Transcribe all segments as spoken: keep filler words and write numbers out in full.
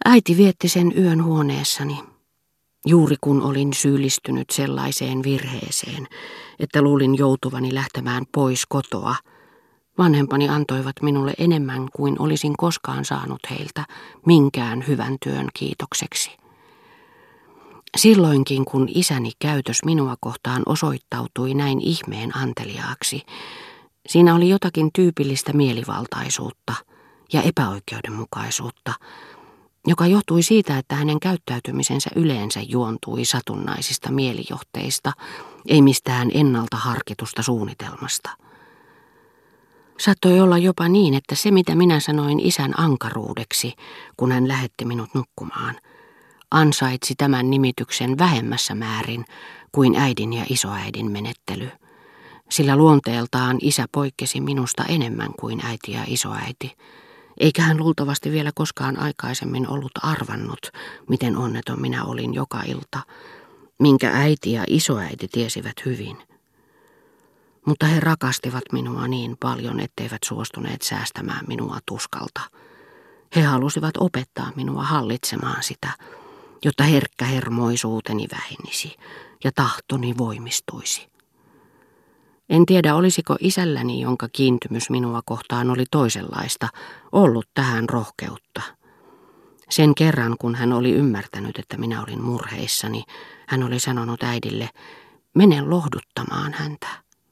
Äiti vietti sen yön huoneessani, juuri kun olin syyllistynyt sellaiseen virheeseen, että luulin joutuvani lähtemään pois kotoa. Vanhempani antoivat minulle enemmän kuin olisin koskaan saanut heiltä minkään hyvän työn kiitokseksi. Silloinkin, kun isäni käytös minua kohtaan osoittautui näin ihmeen anteliaaksi, siinä oli jotakin tyypillistä mielivaltaisuutta ja epäoikeudenmukaisuutta, joka johtui siitä, että hänen käyttäytymisensä yleensä juontui satunnaisista mielijohteista, ei mistään ennalta harkitusta suunnitelmasta. Saattoi olla jopa niin, että se mitä minä sanoin isän ankaruudeksi, kun hän lähetti minut nukkumaan, ansaitsi tämän nimityksen vähemmässä määrin kuin äidin ja isoäidin menettely, sillä luonteeltaan isä poikkesi minusta enemmän kuin äiti ja isoäiti, eikä hän luultavasti vielä koskaan aikaisemmin ollut arvannut, miten onneton minä olin joka ilta, minkä äiti ja isoäiti tiesivät hyvin. Mutta he rakastivat minua niin paljon, etteivät suostuneet säästämään minua tuskalta. He halusivat opettaa minua hallitsemaan sitä, jotta herkkä hermoisuuteni vähenisi ja tahtoni voimistuisi. En tiedä, olisiko isälläni, jonka kiintymys minua kohtaan oli toisenlaista, ollut tähän rohkeutta. Sen kerran, kun hän oli ymmärtänyt, että minä olin murheissani, hän oli sanonut äidille, mene lohduttamaan häntä.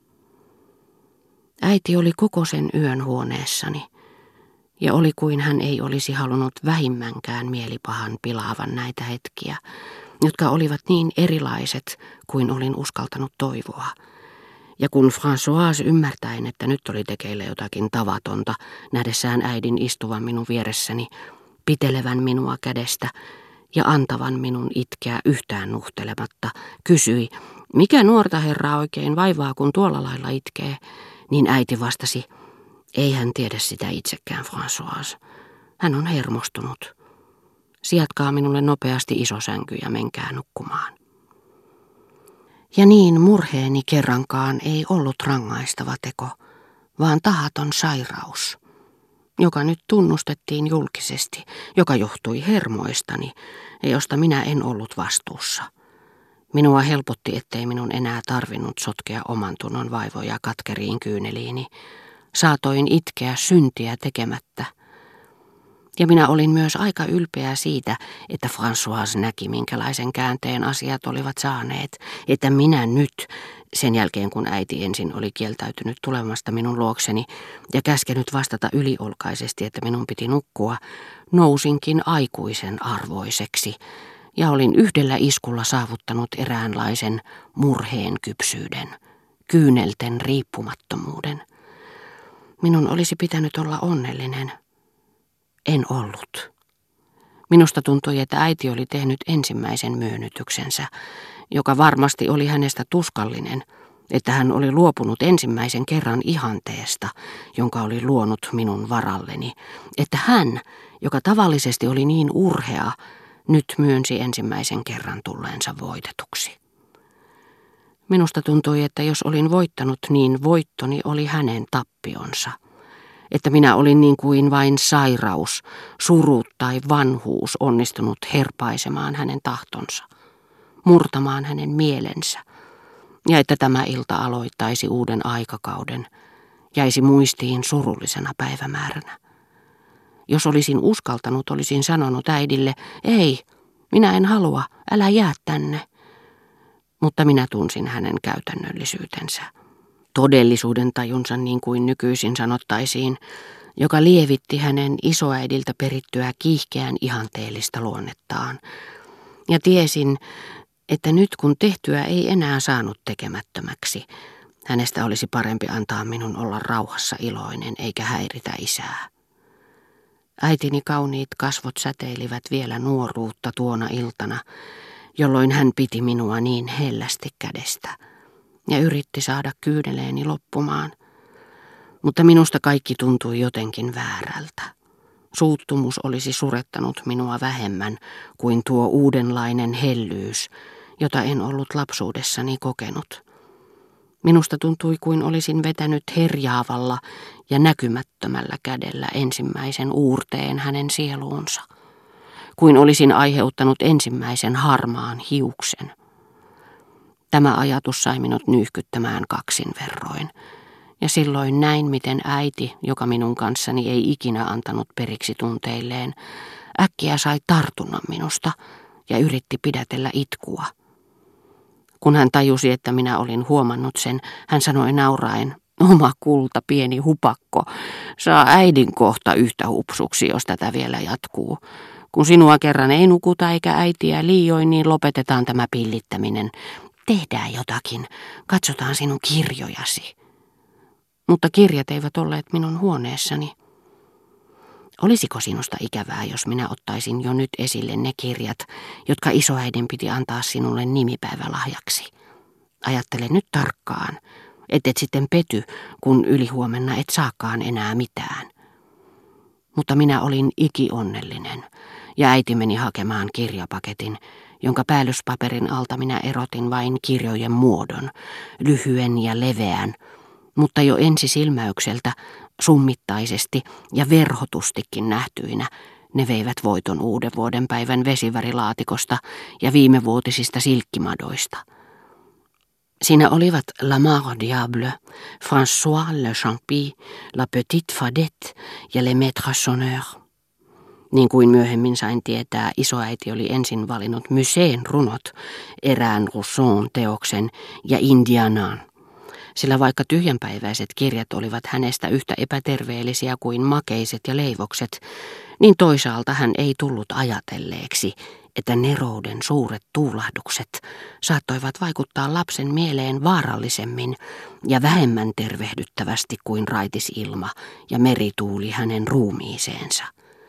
Äiti oli koko sen yön huoneessani, ja oli kuin hän ei olisi halunnut vähimmänkään mielipahan pilaavan näitä hetkiä, jotka olivat niin erilaiset kuin olin uskaltanut toivoa. Ja kun Françoise ymmärtäen, että nyt oli tekeillä jotakin tavatonta, nähdessään äidin istuvan minun vieressäni, pitelevän minua kädestä ja antavan minun itkeä yhtään nuhtelematta, kysyi, mikä nuorta herraa oikein vaivaa, kun tuolla lailla itkee, niin äiti vastasi, ei hän tiedä sitä itsekään, Françoise. Hän on hermostunut. Sijatkaa minulle nopeasti iso sänky ja menkää nukkumaan. Ja niin murheeni kerrankaan ei ollut rangaistava teko, vaan tahaton sairaus, joka nyt tunnustettiin julkisesti, joka johtui hermoistani ja josta minä en ollut vastuussa. Minua helpotti, ettei minun enää tarvinnut sotkea oman tunnon vaivoja katkeriin kyyneliini. Saatoin itkeä syntiä tekemättä. Ja minä olin myös aika ylpeä siitä, että Françoise näki, minkälaisen käänteen asiat olivat saaneet, että minä nyt, sen jälkeen kun äiti ensin oli kieltäytynyt tulemasta minun luokseni ja käskenyt vastata yliolkaisesti, että minun piti nukkua, nousinkin aikuisen arvoiseksi ja olin yhdellä iskulla saavuttanut eräänlaisen murheen kypsyyden, kyynelten riippumattomuuden. Minun olisi pitänyt olla onnellinen. En ollut. Minusta tuntui, että äiti oli tehnyt ensimmäisen myönnytyksensä, joka varmasti oli hänestä tuskallinen, että hän oli luopunut ensimmäisen kerran ihanteesta, jonka oli luonut minun varalleni, että hän, joka tavallisesti oli niin urhea, nyt myönsi ensimmäisen kerran tulleensa voitetuksi. Minusta tuntui, että jos olin voittanut, niin voittoni oli hänen tappionsa. Että minä olin niin kuin vain sairaus, suru tai vanhuus onnistunut herpaisemaan hänen tahtonsa, murtamaan hänen mielensä, ja että tämä ilta aloittaisi uuden aikakauden, jäisi muistiin surullisena päivämääränä. Jos olisin uskaltanut, olisin sanonut äidille, ei, minä en halua, älä jää tänne. Mutta minä tunsin hänen käytännöllisyytensä. Todellisuuden tajunsa niin kuin nykyisin sanottaisiin, joka lievitti hänen isoäidiltä perittyä kiihkeän ihanteellista luonnettaan. Ja tiesin, että nyt kun tehtyä ei enää saanut tekemättömäksi, hänestä olisi parempi antaa minun olla rauhassa iloinen eikä häiritä isää. Äitini kauniit kasvot säteilivät vielä nuoruutta tuona iltana, jolloin hän piti minua niin hellästi kädestä ja yritti saada kyyneleeni loppumaan. Mutta minusta kaikki tuntui jotenkin väärältä. Suuttumus olisi surettanut minua vähemmän kuin tuo uudenlainen hellyys, jota en ollut lapsuudessani kokenut. Minusta tuntui kuin olisin vetänyt herjaavalla ja näkymättömällä kädellä ensimmäisen uurteen hänen sieluunsa. kuin olisin aiheuttanut ensimmäisen harmaan hiuksen. Tämä ajatus sai minut nyyhkyttämään kaksin verroin. Ja silloin näin, miten äiti, joka minun kanssani ei ikinä antanut periksi tunteilleen, äkkiä sai tartunnan minusta ja yritti pidätellä itkua. Kun hän tajusi, että minä olin huomannut sen, hän sanoi nauraen, oma kulta pieni hupakko, saa äidin kohta yhtä hupsuksi, jos tätä vielä jatkuu. Kun sinua kerran ei nukuta eikä äitiä liioin, niin lopetetaan tämä pillittäminen. Tehdään jotakin, katsotaan sinun kirjojasi. Mutta kirjat eivät olleet minun huoneessani. Olisiko sinusta ikävää, jos minä ottaisin jo nyt esille ne kirjat, jotka isoäidin piti antaa sinulle nimipäivälahjaksi? Ajattele nyt tarkkaan, et sitten pety, kun ylihuomenna et saakaan enää mitään. Mutta minä olin ikionnellinen, ja äiti meni hakemaan kirjapaketin, jonka päällyspaperin alta minä erotin vain kirjojen muodon, lyhyen ja leveän, mutta jo ensisilmäykseltä, summittaisesti ja verhotustikin nähtyinä, ne veivät voiton uuden vuoden päivän vesivärilaatikosta ja viimevuotisista silkkimadoista. Siinä olivat La Mare Diable, François Le Champy, La Petite Fadette ja Le Maître Sonneur. Niin kuin myöhemmin sain tietää, isoäiti oli ensin valinnut Museen runot, erään Rousseaun teoksen ja Indianan. Sillä vaikka tyhjänpäiväiset kirjat olivat hänestä yhtä epäterveellisiä kuin makeiset ja leivokset, niin toisaalta hän ei tullut ajatelleeksi, että nerouden suuret tuulahdukset saattoivat vaikuttaa lapsen mieleen vaarallisemmin ja vähemmän tervehdyttävästi kuin raitis ilma ja merituuli hänen ruumiiseensa.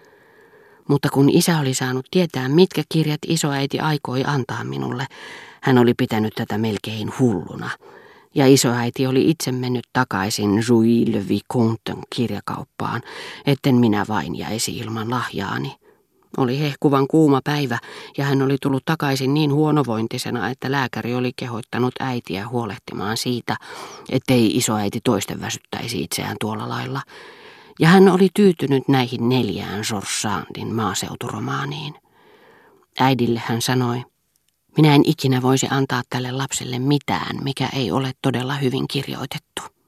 Mutta kun isä oli saanut tietää, mitkä kirjat isoäiti aikoi antaa minulle, hän oli pitänyt tätä melkein hulluna. Ja isoäiti oli itse mennyt takaisin Jouy le Vicomten kirjakauppaan, etten minä vain jäisi ilman lahjaani. Oli hehkuvan kuuma päivä ja hän oli tullut takaisin niin huonovointisena, että lääkäri oli kehottanut äitiä huolehtimaan siitä, ettei isoäiti toisten väsyttäisi itseään tuolla lailla. Ja hän oli tyytynyt näihin neljään George Sandin maaseuturomaaniin. Äidille hän sanoi, minä en ikinä voisi antaa tälle lapselle mitään, mikä ei ole todella hyvin kirjoitettu.